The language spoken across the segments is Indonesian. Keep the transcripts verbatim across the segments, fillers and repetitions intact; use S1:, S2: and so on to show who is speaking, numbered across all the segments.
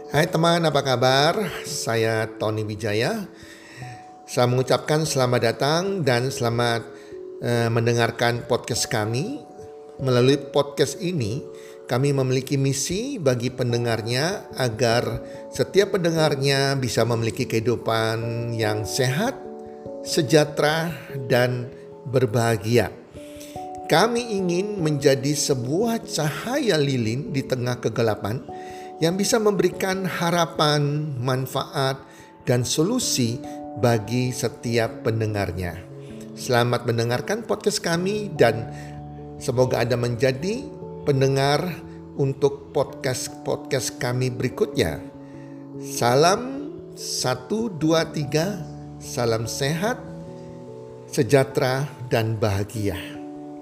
S1: Hai teman, apa kabar? Saya Tony Wijaya. Saya mengucapkan selamat datang dan selamat uh, mendengarkan podcast kami. Melalui podcast ini, kami memiliki misi bagi pendengarnya agar setiap pendengarnya bisa memiliki kehidupan yang sehat, sejahtera, dan berbahagia. Kami ingin menjadi sebuah cahaya lilin di tengah kegelapan yang bisa memberikan harapan, manfaat, dan solusi bagi setiap pendengarnya. Selamat mendengarkan podcast kami dan semoga Anda menjadi pendengar untuk podcast-podcast kami berikutnya. Salam satu, dua, tiga, salam sehat, sejahtera, dan bahagia.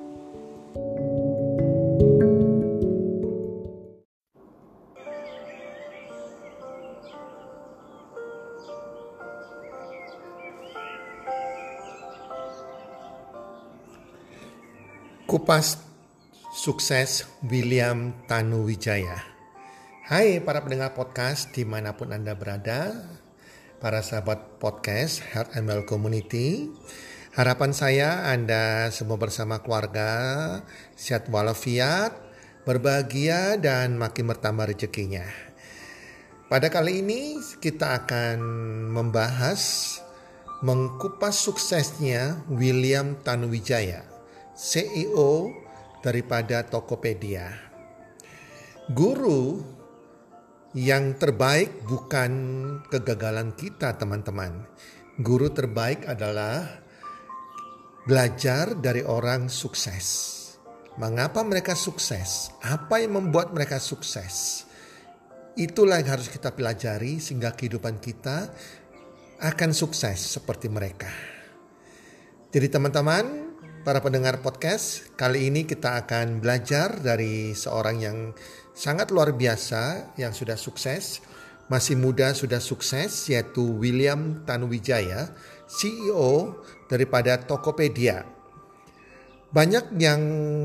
S1: Kupas Sukses William Tanuwijaya. Hai para pendengar podcast dimanapun Anda berada, para sahabat podcast Health and Well Community. Harapan saya Anda semua bersama keluarga sehat walafiat, berbahagia dan makin bertambah rezekinya. Pada kali ini kita akan membahas mengkupas suksesnya William Tanuwijaya, C E O daripada Tokopedia. Guru yang terbaik bukan kegagalan kita, teman-teman. Guru terbaik adalah belajar dari orang sukses. Mengapa mereka sukses? Apa yang membuat mereka sukses? Itulah yang harus kita pelajari sehingga kehidupan kita akan sukses seperti mereka. Jadi teman-teman, para pendengar podcast, kali ini kita akan belajar dari seorang yang sangat luar biasa yang sudah sukses, masih muda sudah sukses, yaitu William Tanuwijaya, C E O daripada Tokopedia. Banyak yang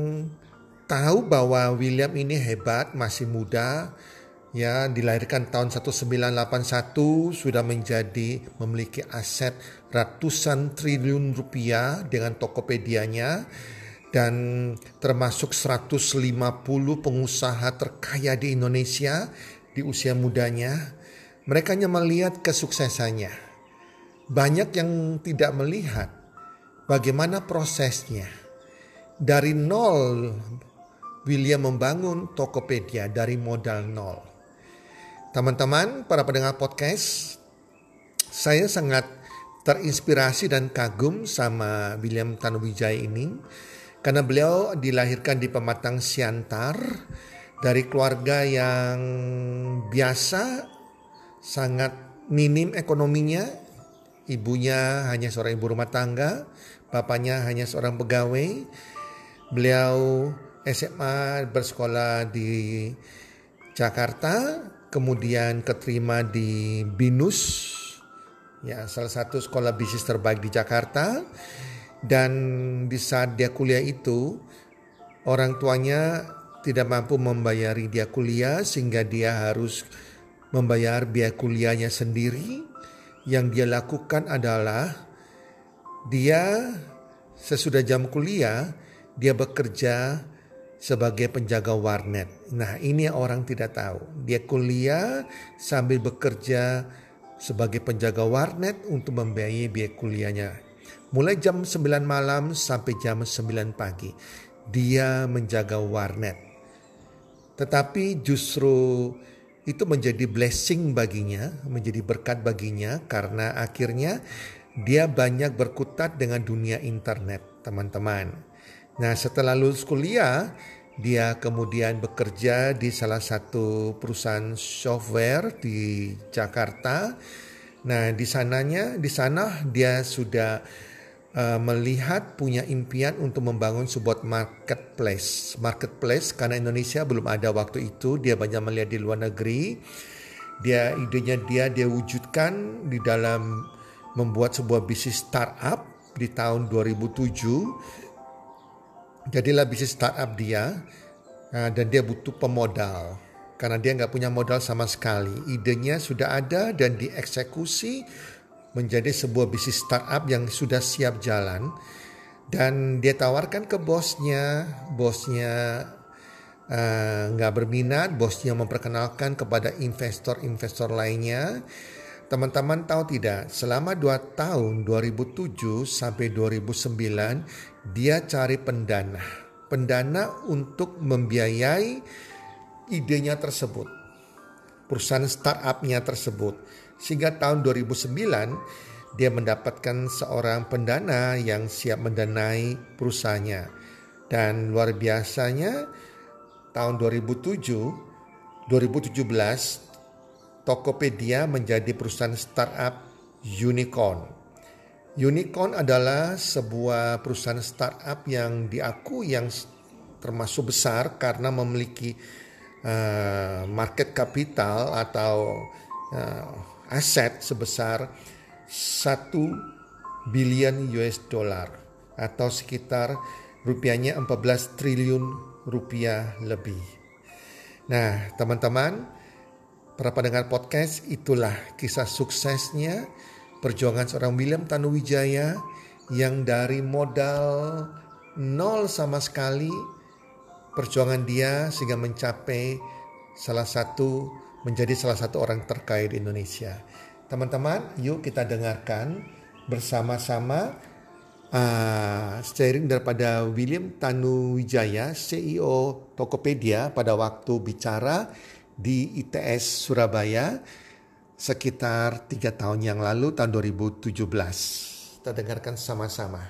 S1: tahu bahwa William ini hebat, masih muda, ya dilahirkan tahun seribu sembilan ratus delapan puluh satu, sudah menjadi memiliki aset ratusan triliun rupiah dengan Tokopedia-nya dan termasuk seratus lima puluh pengusaha terkaya di Indonesia di usia mudanya. Mereka hanya melihat kesuksesannya. Banyak yang tidak melihat bagaimana prosesnya. Dari nol William membangun Tokopedia dari modal nol. Teman-teman, para pendengar podcast, saya sangat terinspirasi dan kagum sama William Tanuwijaya ini karena beliau dilahirkan di Pematang Siantar dari keluarga yang biasa, sangat minim ekonominya. Ibunya hanya seorang ibu rumah tangga, bapaknya hanya seorang pegawai. Beliau S M A bersekolah di Jakarta, kemudian keterima di BINUS, ya, salah satu sekolah bisnis terbaik di Jakarta. Dan di saat dia kuliah itu, orang tuanya tidak mampu membayari dia kuliah sehingga dia harus membayar biaya kuliahnya sendiri. Yang dia lakukan adalah dia sesudah jam kuliah, dia bekerja sebagai penjaga warnet. Nah, ini yang orang tidak tahu. Dia kuliah sambil bekerja sebagai penjaga warnet untuk membiayai biaya kuliahnya. Mulai jam sembilan malam sampai jam sembilan pagi. Dia menjaga warnet. Tetapi justru itu menjadi blessing baginya, menjadi berkat baginya karena akhirnya dia banyak berkutat dengan dunia internet, teman-teman. Nah, setelah lulus kuliah, dia kemudian bekerja di salah satu perusahaan software di Jakarta. Nah, di sananya, di sana dia sudah uh, melihat punya impian untuk membangun sebuah marketplace. Marketplace karena Indonesia belum ada waktu itu, dia banyak melihat di luar negeri. Dia idenya dia dia wujudkan di dalam membuat sebuah bisnis startup di tahun dua ribu tujuh. Jadilah bisnis startup dia dan dia butuh pemodal. karena dia nggak punya modal sama sekali. Idenya sudah ada dan dieksekusi menjadi sebuah bisnis startup yang sudah siap jalan. Dan dia tawarkan ke bosnya, bosnya uh, nggak berminat, bosnya memperkenalkan kepada investor-investor lainnya. Teman-teman tahu tidak, selama dua tahun dua ribu tujuh sampai dua ribu sembilan dia cari pendana. Pendana untuk membiayai idenya tersebut, perusahaan startupnya tersebut. Sehingga tahun dua ribu sembilan dia mendapatkan seorang pendana yang siap mendanai perusahaannya. Dan luar biasanya tahun dua ribu tujuh, dua ribu tujuh belas Tokopedia menjadi perusahaan startup unicorn. Unicorn adalah sebuah perusahaan startup yang diakui yang termasuk besar karena memiliki uh, market capital atau uh, aset sebesar satu bilion U S dollar atau sekitar rupiahnya empat belas triliun rupiah lebih. Nah, teman-teman, para pendengar podcast, itulah kisah suksesnya perjuangan seorang William Tanuwijaya yang dari modal nol sama sekali, perjuangan dia sehingga mencapai salah satu menjadi salah satu orang terkaya di Indonesia. Teman-teman, yuk kita dengarkan bersama-sama uh, sharing daripada William Tanuwijaya, C E O Tokopedia, pada waktu bicara di I T S Surabaya sekitar tiga tahun yang lalu, tahun dua ribu tujuh belas. Kita dengarkan sama-sama.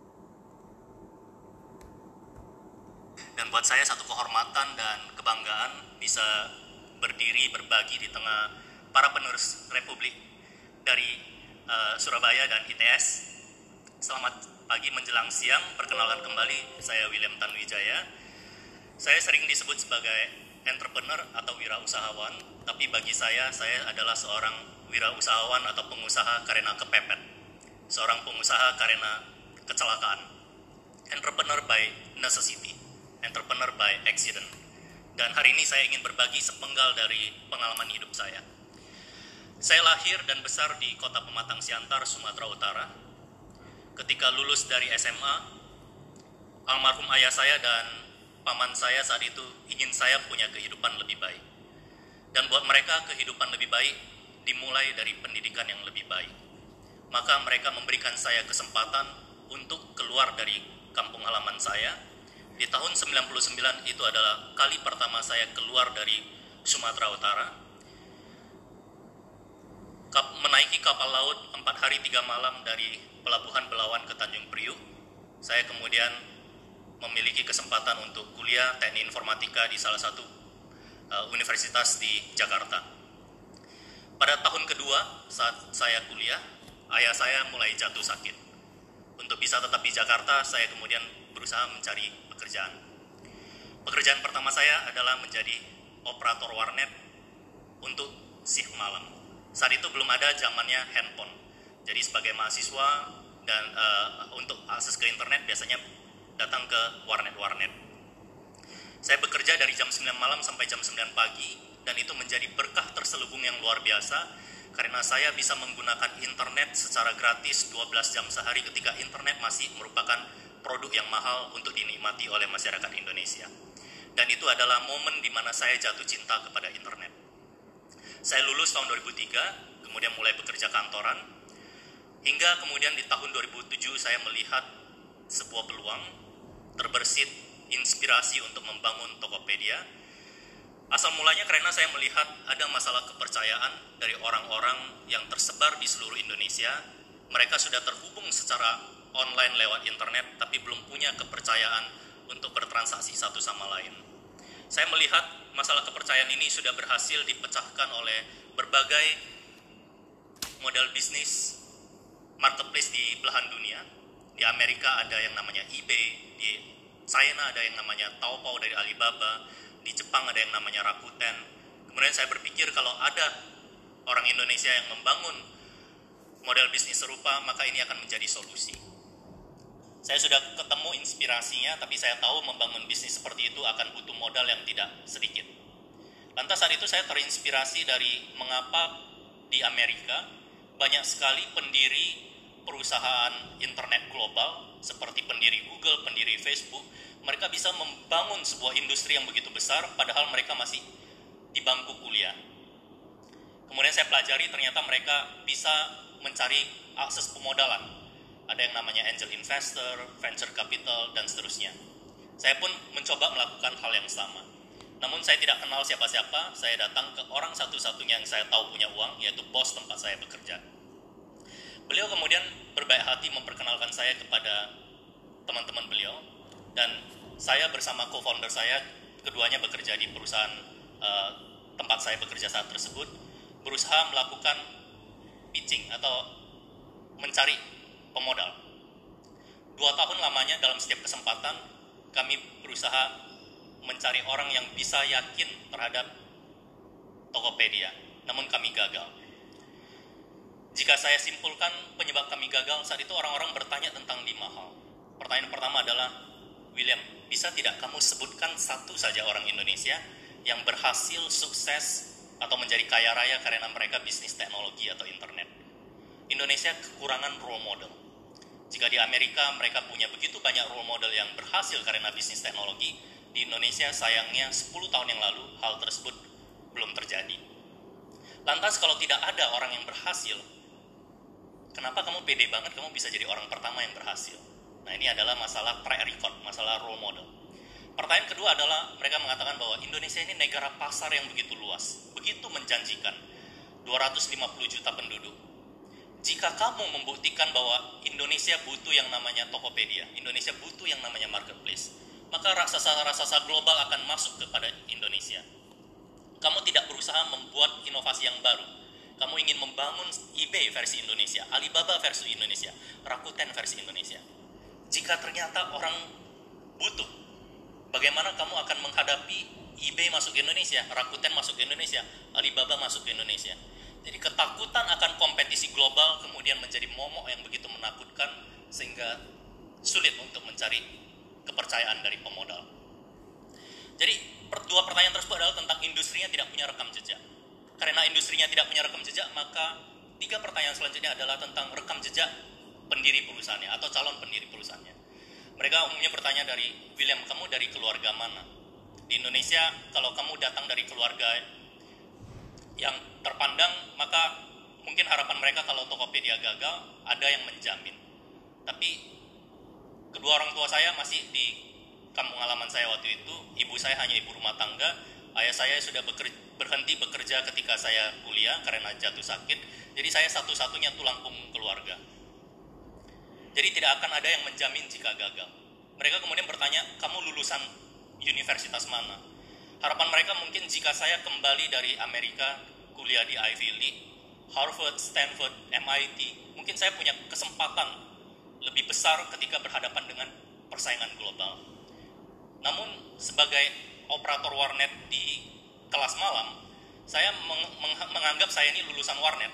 S2: Dan buat saya satu kehormatan dan kebanggaan bisa berdiri berbagi di tengah para penerus Republik dari uh, Surabaya dan I T S. Selamat pagi menjelang siang, perkenalkan kembali, saya William Tanuwijaya. Saya sering disebut sebagai entrepreneur atau wirausahawan, tapi bagi saya, saya adalah seorang wirausahawan atau pengusaha karena kepepet. Seorang pengusaha karena kecelakaan. Entrepreneur by necessity, entrepreneur by accident. Dan hari ini saya ingin berbagi sepenggal dari pengalaman hidup saya. Saya lahir dan besar di kota Pematang Siantar, Sumatera Utara. Ketika lulus dari S M A, almarhum ayah saya dan paman saya saat itu ingin saya punya kehidupan lebih baik. Dan buat mereka kehidupan lebih baik dimulai dari pendidikan yang lebih baik. Maka mereka memberikan saya kesempatan untuk keluar dari kampung halaman saya. Di tahun sembilan puluh sembilan itu adalah kali pertama saya keluar dari Sumatera Utara. Kap, menaiki kapal laut empat hari tiga malam dari Pelabuhan Belawan ke Tanjung Priuk. Saya kemudian memiliki kesempatan untuk kuliah teknik informatika di salah satu uh, universitas di Jakarta. Pada tahun kedua saat saya kuliah, ayah saya mulai jatuh sakit. Untuk bisa tetap di Jakarta, saya kemudian berusaha mencari pekerjaan. Pekerjaan pertama saya adalah menjadi operator warnet untuk shift malam. Saat itu belum ada zamannya handphone. Jadi sebagai mahasiswa dan uh, untuk akses ke internet biasanya datang ke warnet-warnet. Saya bekerja dari jam sembilan malam sampai jam sembilan pagi, dan itu menjadi berkah terselubung yang luar biasa karena saya bisa menggunakan internet secara gratis dua belas jam sehari ketika internet masih merupakan produk yang mahal untuk dinikmati oleh masyarakat Indonesia. Dan itu adalah momen di mana saya jatuh cinta kepada internet. Saya lulus tahun dua ribu tiga, kemudian mulai bekerja kantoran, hingga kemudian di tahun dua ribu tujuh saya melihat sebuah peluang, terbersit inspirasi untuk membangun Tokopedia. Asal mulanya karena saya melihat ada masalah kepercayaan dari orang-orang yang tersebar di seluruh Indonesia. Mereka sudah terhubung secara online lewat internet, tapi belum punya kepercayaan untuk bertransaksi satu sama lain. Saya melihat masalah kepercayaan ini sudah berhasil dipecahkan oleh berbagai model bisnis marketplace di belahan dunia. Di Amerika ada yang namanya eBay, di China ada yang namanya Taobao dari Alibaba, di Jepang ada yang namanya Rakuten. Kemudian saya berpikir kalau ada orang Indonesia yang membangun model bisnis serupa, maka ini akan menjadi solusi. Saya sudah ketemu inspirasinya, tapi saya tahu membangun bisnis seperti itu akan butuh modal yang tidak sedikit. Lantas saat itu saya terinspirasi dari mengapa di Amerika banyak sekali pendiri perusahaan internet global seperti pendiri Google, pendiri Facebook, mereka bisa membangun sebuah industri yang begitu besar padahal mereka masih di bangku kuliah. Kemudian saya pelajari ternyata mereka bisa mencari akses pemodalan. Ada yang namanya angel investor, venture capital, dan seterusnya. Saya pun mencoba melakukan hal yang sama. Namun saya tidak kenal siapa-siapa, saya datang ke orang satu-satunya yang saya tahu punya uang, yaitu bos tempat saya bekerja. Beliau kemudian berbaik hati memperkenalkan saya kepada teman-teman beliau, dan saya bersama co-founder saya, keduanya bekerja di perusahaan uh, tempat saya bekerja saat tersebut, berusaha melakukan pitching atau mencari pemodal. Dua tahun lamanya dalam setiap kesempatan kami berusaha mencari orang yang bisa yakin terhadap Tokopedia, namun kami gagal. Jika saya simpulkan penyebab kami gagal saat itu, orang-orang bertanya tentang lima hal. Pertanyaan pertama adalah, William, bisa tidak kamu sebutkan satu saja orang Indonesia yang berhasil sukses atau menjadi kaya raya karena mereka bisnis teknologi atau internet? Indonesia kekurangan role model. Jika di Amerika mereka punya begitu banyak role model yang berhasil karena bisnis teknologi, di Indonesia sayangnya sepuluh tahun yang lalu hal tersebut belum terjadi. Lantas kalau tidak ada orang yang berhasil, kenapa kamu pede banget kamu bisa jadi orang pertama yang berhasil? Nah, ini adalah masalah track record, masalah role model. Pertanyaan kedua adalah mereka mengatakan bahwa Indonesia ini negara pasar yang begitu luas, begitu menjanjikan, dua ratus lima puluh juta penduduk. Jika kamu membuktikan bahwa Indonesia butuh yang namanya Tokopedia, Indonesia butuh yang namanya marketplace, maka raksasa-raksasa global akan masuk kepada Indonesia. Kamu tidak berusaha membuat inovasi yang baru. Kamu ingin membangun eBay versi Indonesia, Alibaba versi Indonesia, Rakuten versi Indonesia. Jika ternyata orang butuh, bagaimana kamu akan menghadapi eBay masuk ke Indonesia, Rakuten masuk ke Indonesia, Alibaba masuk ke Indonesia? Jadi ketakutan akan kompetisi global kemudian menjadi momok yang begitu menakutkan sehingga sulit untuk mencari kepercayaan dari pemodal. Jadi dua pertanyaan tersebut adalah tentang industrinya tidak punya rekam jejak. Karena industrinya tidak punya rekam jejak, maka tiga pertanyaan selanjutnya adalah tentang rekam jejak pendiri perusahaannya atau calon pendiri perusahaannya. Mereka umumnya bertanya dari, William, kamu dari keluarga mana? Di Indonesia, kalau kamu datang dari keluarga yang terpandang, maka mungkin harapan mereka kalau Tokopedia gagal, ada yang menjamin. Tapi kedua orang tua saya masih di kampung halaman saya waktu itu. Ibu saya hanya ibu rumah tangga. Ayah saya sudah bekerja, berhenti bekerja ketika saya kuliah karena jatuh sakit. Jadi saya satu-satunya tulang punggung keluarga. Jadi tidak akan ada yang menjamin jika gagal. Mereka kemudian bertanya, kamu lulusan universitas mana? Harapan mereka mungkin jika saya kembali dari Amerika, kuliah di Ivy League, Harvard, Stanford, M I T, mungkin saya punya kesempatan lebih besar ketika berhadapan dengan persaingan global. Namun sebagai operator warnet di kelas malam, saya meng- meng- menganggap saya ini lulusan warnet.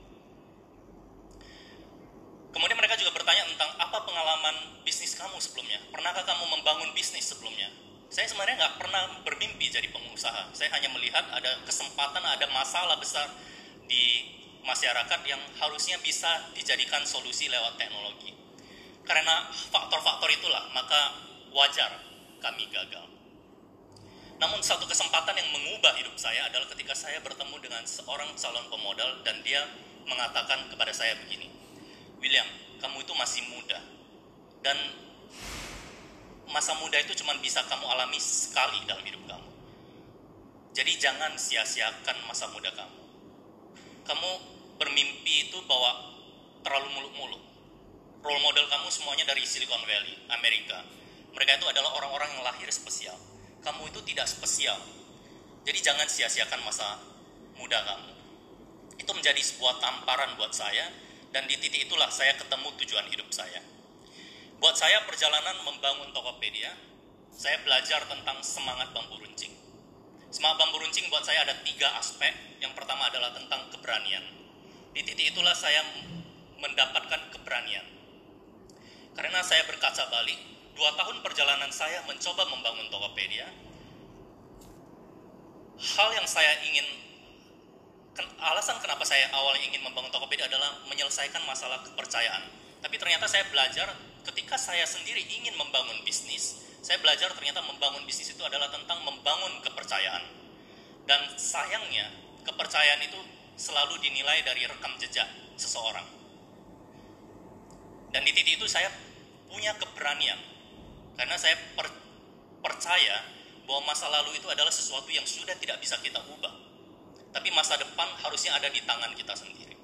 S2: Kemudian mereka juga bertanya tentang apa pengalaman bisnis kamu sebelumnya? Pernahkah kamu membangun bisnis sebelumnya? Saya sebenarnya nggak pernah bermimpi jadi pengusaha. Saya hanya melihat ada kesempatan, ada masalah besar di masyarakat yang harusnya bisa dijadikan solusi lewat teknologi. Karena faktor-faktor itulah, maka wajar kami gagal. Namun satu kesempatan yang mengubah hidup saya adalah ketika saya bertemu dengan seorang calon pemodal dan dia mengatakan kepada saya begini, William, kamu itu masih muda dan masa muda itu cuma bisa kamu alami sekali dalam hidup kamu. Jadi jangan sia-siakan masa muda kamu. Kamu bermimpi itu bahwa terlalu muluk-muluk. Role model kamu semuanya dari Silicon Valley, Amerika. Mereka itu adalah orang-orang yang lahir spesial. Kamu itu tidak spesial. Jadi jangan sia-siakan masa muda kamu. Itu menjadi sebuah tamparan buat saya, dan di titik itulah saya ketemu tujuan hidup saya. Buat saya perjalanan membangun Tokopedia, saya belajar tentang semangat bambu runcing. Semangat bambu runcing buat saya ada tiga aspek. Yang pertama adalah tentang keberanian. Di titik itulah saya mendapatkan keberanian. Karena saya berkaca balik, dua tahun perjalanan saya mencoba membangun Tokopedia, hal yang saya ingin, alasan kenapa saya awalnya ingin membangun Tokopedia adalah menyelesaikan masalah kepercayaan. Tapi ternyata saya belajar ketika saya sendiri ingin membangun bisnis, saya belajar ternyata membangun bisnis itu adalah tentang membangun kepercayaan. Dan sayangnya, kepercayaan itu selalu dinilai dari rekam jejak seseorang. Dan di titik itu saya punya keberanian, karena saya per, percaya bahwa masa lalu itu adalah sesuatu yang sudah tidak bisa kita ubah. Tapi masa depan harusnya ada di tangan kita sendiri.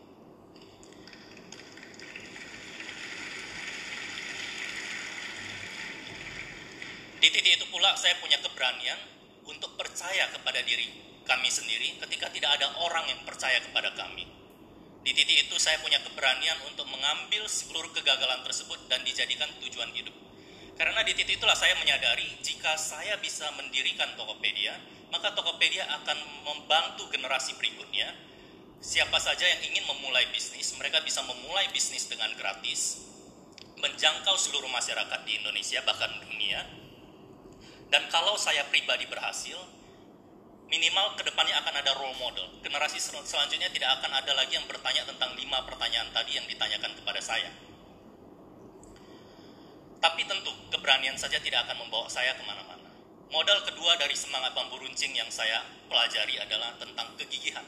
S2: Di titik itu pula saya punya keberanian untuk percaya kepada diri kami sendiri ketika tidak ada orang yang percaya kepada kami. Di titik itu saya punya keberanian untuk mengambil seluruh kegagalan tersebut dan dijadikan tujuan hidup. Karena di titik itulah saya menyadari jika saya bisa mendirikan Tokopedia, maka Tokopedia akan membantu generasi berikutnya. Siapa saja yang ingin memulai bisnis, mereka bisa memulai bisnis dengan gratis, menjangkau seluruh masyarakat di Indonesia, bahkan dunia. Dan kalau saya pribadi berhasil, minimal kedepannya akan ada role model. Generasi sel- selanjutnya tidak akan ada lagi yang bertanya tentang lima pertanyaan tadi yang ditanyakan kepada saya. Tapi tentu keberanian saja tidak akan membawa saya kemana-mana. Modal kedua dari semangat bambu runcing yang saya pelajari adalah tentang kegigihan.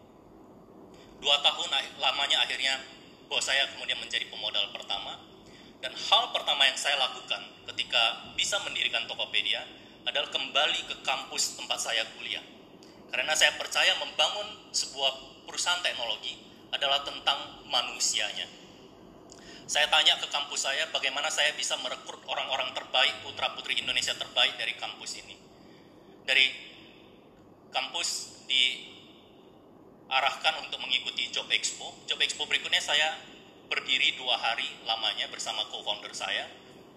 S2: Dua tahun lamanya akhirnya bos saya kemudian menjadi pemodal pertama. Dan hal pertama yang saya lakukan ketika bisa mendirikan Tokopedia adalah kembali ke kampus tempat saya kuliah. Karena saya percaya membangun sebuah perusahaan teknologi adalah tentang manusianya. Saya tanya ke kampus saya bagaimana saya bisa merekrut orang-orang terbaik, putra-putri Indonesia terbaik dari kampus ini. Dari kampus diarahkan untuk mengikuti Job Expo. Job Expo berikutnya saya berdiri dua hari lamanya bersama co-founder saya.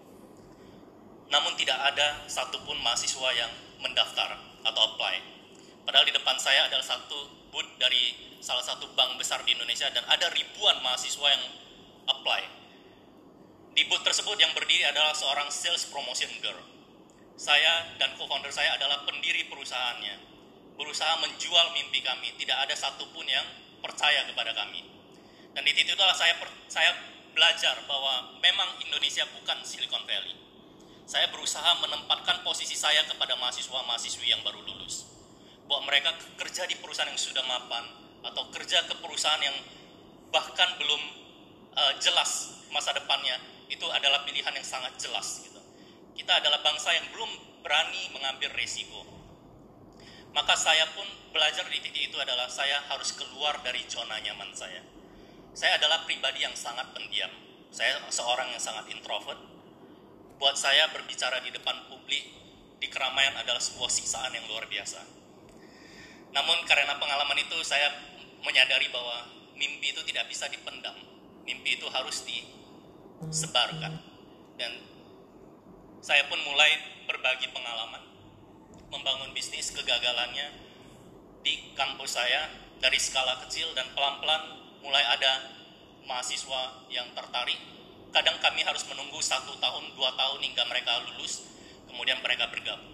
S2: Namun tidak ada satupun mahasiswa yang mendaftar atau apply. Padahal di depan saya adalah satu booth dari salah satu bank besar di Indonesia dan ada ribuan mahasiswa yang apply. Di booth tersebut yang berdiri adalah seorang sales promotion girl. Saya dan co-founder saya adalah pendiri perusahaannya. Berusaha menjual mimpi kami, tidak ada satupun yang percaya kepada kami. Dan di titik itulah saya, saya belajar bahwa memang Indonesia bukan Silicon Valley. Saya berusaha menempatkan posisi saya kepada mahasiswa-mahasiswi yang baru lulus. Bahwa mereka kerja di perusahaan yang sudah mapan, atau kerja ke perusahaan yang bahkan belum uh, jelas masa depannya, itu adalah pilihan yang sangat jelas gitu. Kita adalah bangsa yang belum berani mengambil resiko. Maka saya pun belajar di titik itu adalah saya harus keluar dari zona nyaman saya. Saya adalah pribadi yang sangat pendiam. Saya seorang yang sangat introvert. Buat saya berbicara di depan publik, di keramaian adalah sebuah siksaan yang luar biasa. Namun karena pengalaman itu saya menyadari bahwa mimpi itu tidak bisa dipendam. Mimpi itu harus disebarkan. Dan saya pun mulai berbagi pengalaman, membangun bisnis kegagalannya di kampus saya dari skala kecil dan pelan-pelan mulai ada mahasiswa yang tertarik. Kadang kami harus menunggu satu tahun, dua tahun hingga mereka lulus, kemudian mereka bergabung.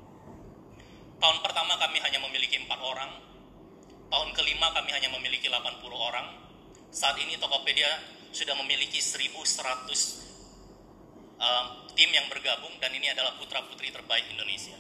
S2: Tahun pertama kami hanya memiliki empat orang, tahun kelima kami hanya memiliki delapan puluh orang. Saat ini Tokopedia sudah memiliki seribu seratus uh, tim yang bergabung dan ini adalah putra-putri terbaik Indonesia.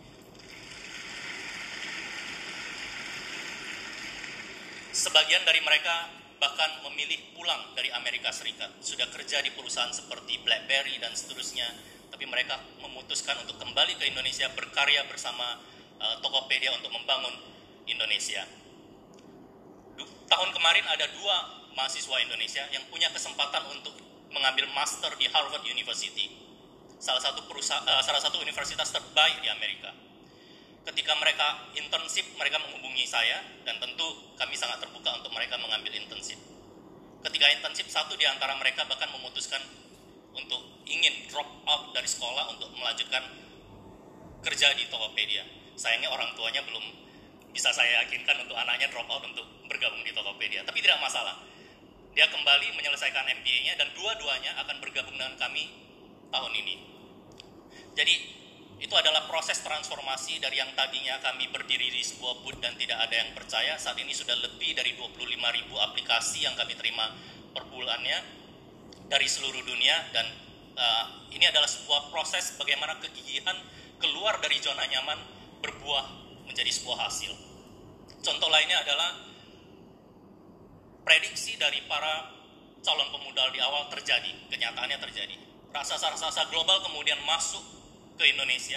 S2: Sebagian dari mereka bahkan memilih pulang dari Amerika Serikat, sudah kerja di perusahaan seperti BlackBerry dan seterusnya, tapi mereka memutuskan untuk kembali ke Indonesia berkarya bersama uh, Tokopedia untuk membangun Indonesia. Du- tahun kemarin ada dua mahasiswa Indonesia yang punya kesempatan untuk mengambil master di Harvard University, salah satu perusahaan, uh, salah satu universitas terbaik di Amerika. Ketika mereka internship, mereka menghubungi saya dan tentu kami sangat terbuka untuk mereka mengambil internship. Ketika internship, satu di antara mereka bahkan memutuskan untuk ingin drop out dari sekolah untuk melanjutkan kerja di Tokopedia. Sayangnya orang tuanya belum bisa saya yakinkan untuk anaknya drop out untuk bergabung di Tokopedia. Tapi tidak masalah. Dia kembali menyelesaikan M B A-nya dan dua-duanya akan bergabung dengan kami tahun ini. Jadi Itu adalah proses transformasi dari yang tadinya kami berdiri di sebuah booth dan tidak ada yang percaya. Saat ini sudah lebih dari dua puluh lima ribu aplikasi yang kami terima per bulannya dari seluruh dunia. Dan uh, ini adalah sebuah proses bagaimana kegigihan keluar dari zona nyaman berbuah menjadi sebuah hasil. Contoh lainnya adalah prediksi dari para calon pemodal di awal terjadi, kenyataannya terjadi. Raksasa-raksasa global kemudian masuk ke Indonesia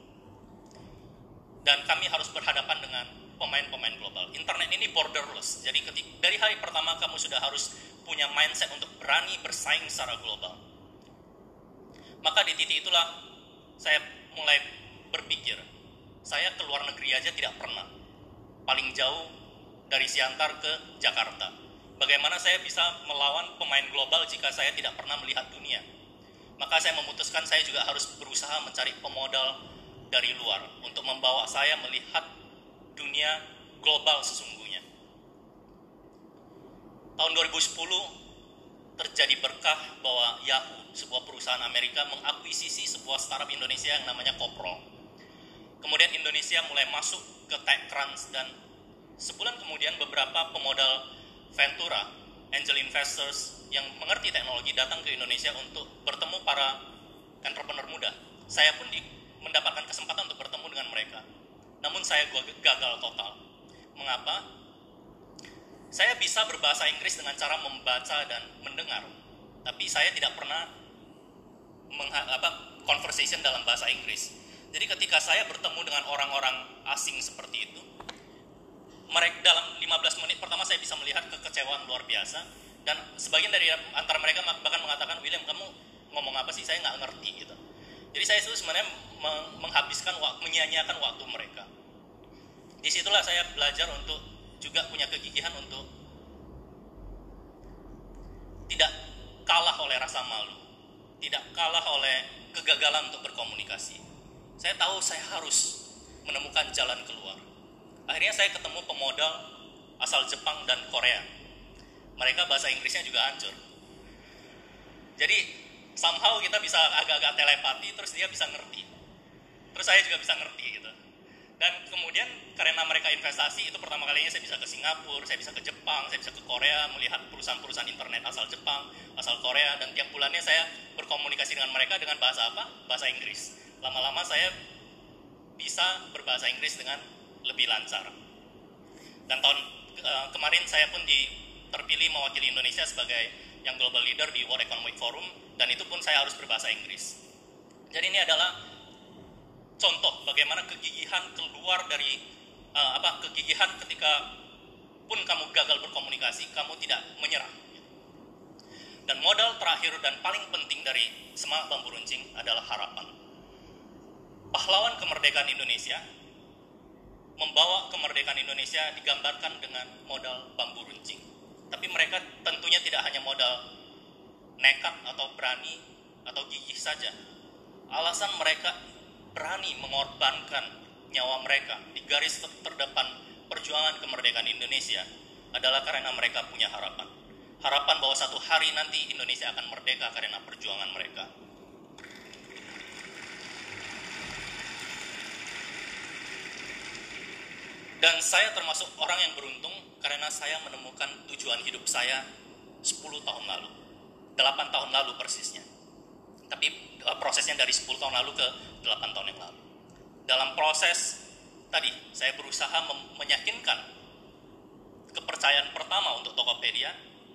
S2: dan kami harus berhadapan dengan pemain-pemain global. Internet ini borderless, jadi ketika, dari hari pertama kamu sudah harus punya mindset untuk berani bersaing secara global. Maka di titik itulah saya mulai berpikir, saya ke luar negeri aja tidak pernah, paling jauh dari Siantar ke Jakarta. Bagaimana saya bisa melawan pemain global jika saya tidak pernah melihat dunia? Maka saya memutuskan saya juga harus berusaha mencari pemodal dari luar untuk membawa saya melihat dunia global sesungguhnya. Tahun dua ribu sepuluh terjadi berkah bahwa Yahoo, sebuah perusahaan Amerika, mengakuisisi sebuah startup Indonesia yang namanya Kopro. Kemudian Indonesia mulai masuk ke TechCrunch dan sebulan kemudian beberapa pemodal Ventura, angel investors yang mengerti teknologi datang ke Indonesia untuk bertemu para entrepreneur muda. Saya pun di, mendapatkan kesempatan untuk bertemu dengan mereka. Namun saya gagal total. Mengapa? Saya bisa berbahasa Inggris dengan cara membaca dan mendengar, tapi saya tidak pernah mengha- apa, conversation dalam bahasa Inggris. Jadi ketika saya bertemu dengan orang-orang asing seperti itu, mereka dalam lima belas menit pertama saya bisa melihat kekecewaan luar biasa. Dan sebagian dari antara mereka bahkan mengatakan, William, kamu ngomong apa sih? Saya nggak ngerti gitu. Jadi saya itu sebenarnya menghabiskan waktu, menyia-nyiakan waktu mereka. Disitulah saya belajar untuk juga punya kegigihan untuk tidak kalah oleh rasa malu, tidak kalah oleh kegagalan untuk berkomunikasi. Saya tahu saya harus menemukan jalan keluar. Akhirnya saya ketemu pemodal asal Jepang dan Korea. Mereka bahasa Inggrisnya juga hancur. Jadi somehow kita bisa agak-agak telepati, terus dia bisa ngerti. Terus saya juga bisa ngerti gitu. Dan kemudian karena mereka investasi, itu pertama kalinya saya bisa ke Singapura, saya bisa ke Jepang, saya bisa ke Korea, melihat perusahaan-perusahaan internet asal Jepang, asal Korea, dan tiap bulannya saya berkomunikasi dengan mereka dengan bahasa apa? Bahasa Inggris. Lama-lama saya bisa berbahasa Inggris dengan lebih lancar. Dan tahun uh, kemarin saya pun di terpilih mewakili Indonesia sebagai yang global leader di World Economic Forum, dan itu pun saya harus berbahasa Inggris. Jadi ini adalah contoh bagaimana kegigihan keluar dari uh, apa kegigihan ketika pun kamu gagal berkomunikasi, kamu tidak menyerah. Dan modal terakhir dan paling penting dari semangat bambu runcing adalah harapan. Pahlawan kemerdekaan Indonesia membawa kemerdekaan Indonesia digambarkan dengan modal bambu runcing. Tapi mereka tentunya tidak hanya modal nekat atau berani atau gigih saja. Alasan mereka berani mengorbankan nyawa mereka di garis terdepan perjuangan kemerdekaan Indonesia adalah karena mereka punya harapan. Harapan bahwa satu hari nanti Indonesia akan merdeka karena perjuangan mereka. Dan saya termasuk orang yang beruntung karena saya menemukan tujuan hidup saya sepuluh tahun lalu. delapan tahun lalu persisnya. Tapi prosesnya dari sepuluh tahun lalu ke delapan tahun yang lalu. Dalam proses tadi, saya berusaha mem- meyakinkan kepercayaan pertama untuk Tokopedia.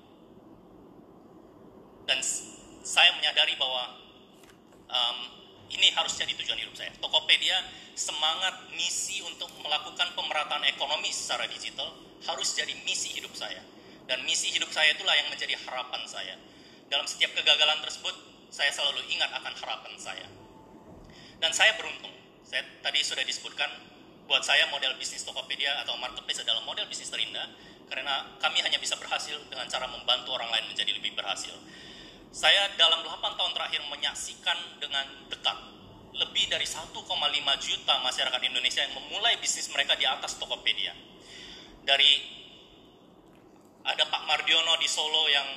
S2: Dan saya menyadari bahwa um, ini harus jadi tujuan hidup saya. Tokopedia semangat misi untuk melakukan pemerataan ekonomi secara digital harus jadi misi hidup saya. Dan misi hidup saya itulah yang menjadi harapan saya. Dalam setiap kegagalan tersebut, saya selalu ingat akan harapan saya. Dan saya beruntung. Saya tadi sudah disebutkan, buat saya model bisnis Tokopedia atau marketplace adalah model bisnis terindah karena kami hanya bisa berhasil dengan cara membantu orang lain menjadi lebih berhasil. Saya dalam delapan tahun terakhir menyaksikan dengan dekat lebih dari satu koma lima juta masyarakat Indonesia yang memulai bisnis mereka di atas Tokopedia. Dari ada Pak Mardiono di Solo yang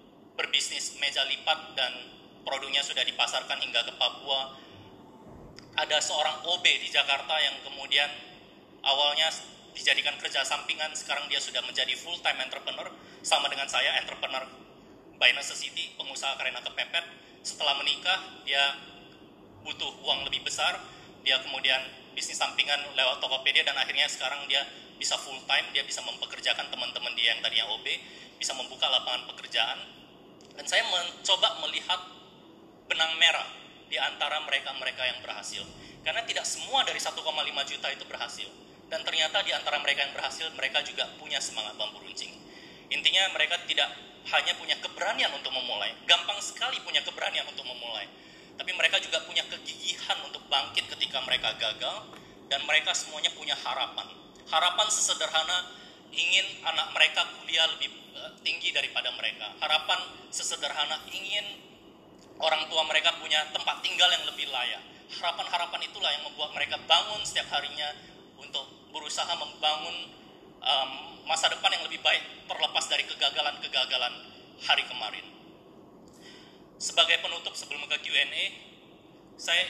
S2: berbisnis meja lipat dan produknya sudah dipasarkan hingga ke Papua. ada seorang O B di Jakarta yang kemudian awalnya dijadikan kerja sampingan, sekarang dia sudah menjadi full time entrepreneur, sama dengan saya, entrepreneur by necessity, pengusaha karena kepepet. Setelah menikah, dia butuh uang lebih besar, dia kemudian bisnis sampingan lewat Tokopedia, dan akhirnya sekarang dia bisa full time, dia bisa mempekerjakan teman-teman dia yang tadinya O B, bisa membuka lapangan pekerjaan. Dan saya mencoba melihat benang merah di antara mereka-mereka yang berhasil. Karena tidak semua dari satu koma lima juta itu berhasil. Dan ternyata di antara mereka yang berhasil, mereka juga punya semangat bambu runcing. Intinya mereka tidak hanya punya keberanian untuk memulai, gampang sekali punya keberanian untuk memulai, tapi mereka juga punya kegigihan untuk bangkit ketika mereka gagal, dan mereka semuanya punya harapan. Harapan sesederhana ingin anak mereka kuliah lebih tinggi daripada mereka. Harapan sesederhana ingin orang tua mereka punya tempat tinggal yang lebih layak. Harapan-harapan itulah yang membuat mereka bangun setiap harinya untuk berusaha membangun um, masa depan yang lebih baik, terlepas dari kegagalan-kegagalan hari kemarin. Sebagai penutup sebelum ke Q and A, saya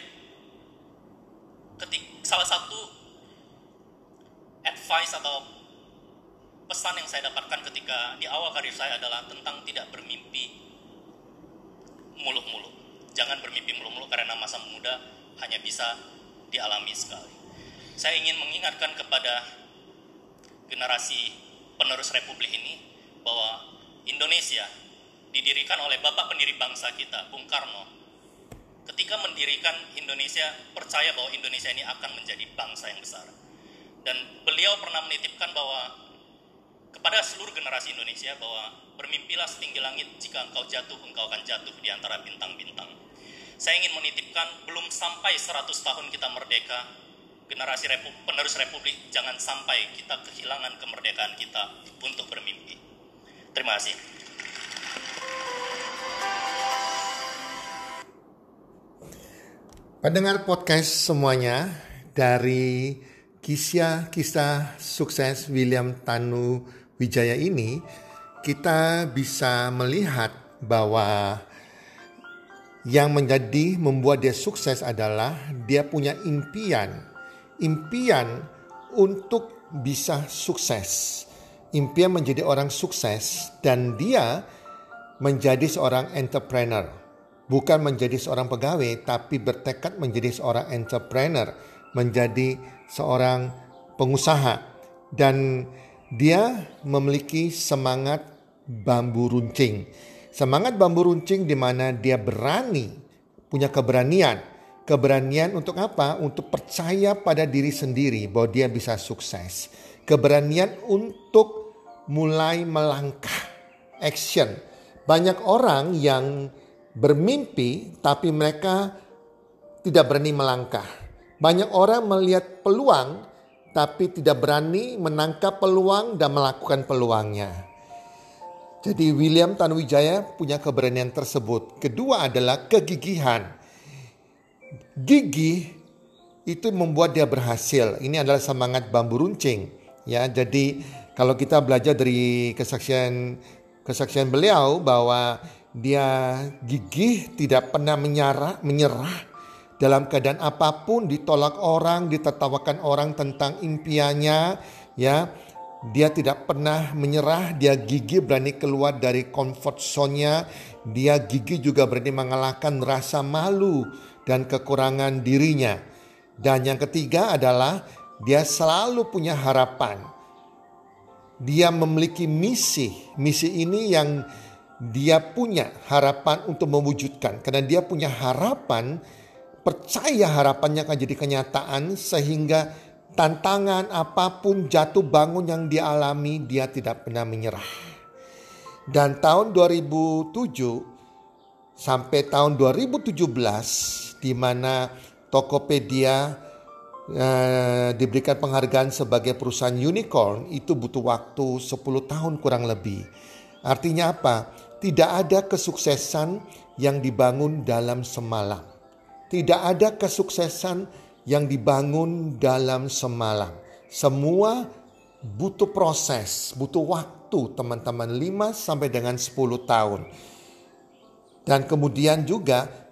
S2: ketik salah satu advice atau pesan yang saya dapatkan ketika di awal karir saya adalah tentang tidak bermimpi muluk-muluk. Jangan bermimpi muluk-muluk karena masa muda hanya bisa dialami sekali. Saya ingin mengingatkan kepada generasi penerus Republik ini bahwa Indonesia didirikan oleh bapak pendiri bangsa kita, Bung Karno. Ketika mendirikan Indonesia, percaya bahwa Indonesia ini akan menjadi bangsa yang besar. Dan beliau pernah menitipkan bahwa kepada seluruh generasi Indonesia bahwa bermimpilah setinggi langit, jika engkau jatuh, engkau akan jatuh di antara bintang-bintang. Saya ingin menitipkan, belum sampai seratus tahun kita merdeka, generasi Repu, penerus Republik, jangan sampai kita kehilangan kemerdekaan kita untuk bermimpi. Terima kasih.
S1: Pendengar podcast semuanya, dari kisah-kisah sukses William Tanu Wijaya ini, kita bisa melihat bahwa yang menjadi membuat dia sukses adalah dia punya impian. Impian untuk bisa sukses. Impian menjadi orang sukses, dan dia menjadi seorang entrepreneur. Bukan menjadi seorang pegawai, tapi bertekad menjadi seorang entrepreneur, menjadi seorang pengusaha. Dan dia memiliki semangat bambu runcing. Semangat bambu runcing di mana dia berani, punya keberanian. Keberanian untuk apa? Untuk percaya pada diri sendiri bahwa dia bisa sukses. Keberanian untuk mulai melangkah, action. Banyak orang yang bermimpi tapi mereka tidak berani melangkah. Banyak orang melihat peluang tapi tidak berani menangkap peluang dan melakukan peluangnya. Jadi William Tanuwijaya punya keberanian tersebut. Kedua adalah kegigihan. Gigih itu membuat dia berhasil. Ini adalah semangat bambu runcing. Ya, jadi kalau kita belajar dari kesaksian kesaksian beliau bahwa dia gigih, tidak pernah menyerah, menyerah dalam keadaan apapun, ditolak orang, ditertawakan orang tentang impiannya, ya. Dia tidak pernah menyerah, dia gigih berani keluar dari comfort zone-nya, dia gigih juga berani mengalahkan rasa malu dan kekurangan dirinya. Dan yang ketiga adalah dia selalu punya harapan. Dia memiliki misi, misi ini yang dia punya harapan untuk mewujudkan. Karena dia punya harapan, percaya harapannya akan jadi kenyataan, sehingga tantangan apapun, jatuh bangun yang dia alami, dia tidak pernah menyerah. Dan tahun dua ribu tujuh sampai tahun dua ribu tujuh belas, di mana Tokopedia eh, diberikan penghargaan sebagai perusahaan unicorn, itu butuh waktu sepuluh tahun kurang lebih. Artinya apa? Tidak ada kesuksesan yang dibangun dalam semalam. Tidak ada kesuksesan yang dibangun dalam semalam. Semua butuh proses, butuh waktu teman-teman, lima sampai dengan sepuluh tahun. Dan kemudian juga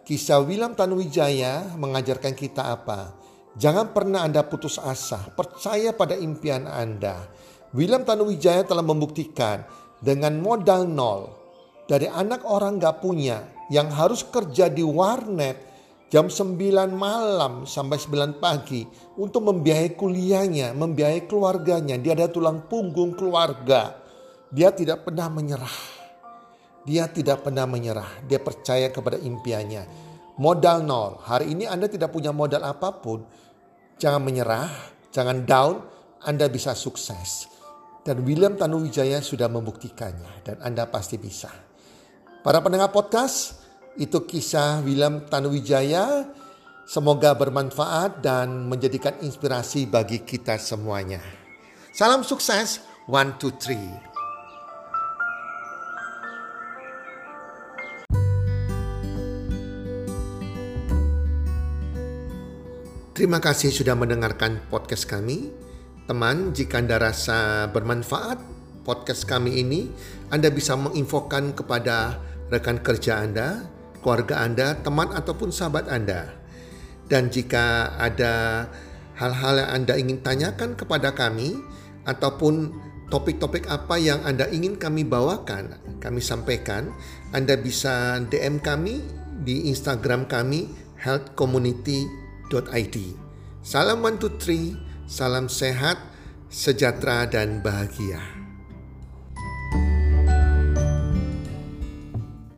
S1: Kisah William Tanuwijaya mengajarkan kita apa? Jangan pernah Anda putus asa, percaya pada impian Anda. William Tanuwijaya telah membuktikan dengan modal nol, dari anak orang gak punya yang harus kerja di warnet jam sembilan malam sampai sembilan pagi untuk membiayai kuliahnya, membiayai keluarganya. Dia ada tulang punggung keluarga. Dia tidak pernah menyerah. Dia tidak pernah menyerah. Dia percaya kepada impiannya. Modal nol. Hari ini Anda tidak punya modal apapun. Jangan menyerah. Jangan down. Anda bisa sukses. Dan William Tanuwijaya sudah membuktikannya. Dan Anda pasti bisa. Para pendengar podcast, itu kisah William Tanuwijaya. Semoga bermanfaat dan menjadikan inspirasi bagi kita semuanya. Salam sukses. One, two, three. Terima kasih sudah mendengarkan podcast kami. Teman, jika Anda rasa bermanfaat podcast kami ini, Anda bisa menginfokan kepada rekan kerja Anda, keluarga Anda, teman ataupun sahabat Anda. Dan jika ada hal-hal yang Anda ingin tanyakan kepada kami, ataupun topik-topik apa yang Anda ingin kami bawakan, kami sampaikan, Anda bisa D M kami di Instagram kami health community dot i d. Salam one two three, salam sehat, sejahtera dan bahagia.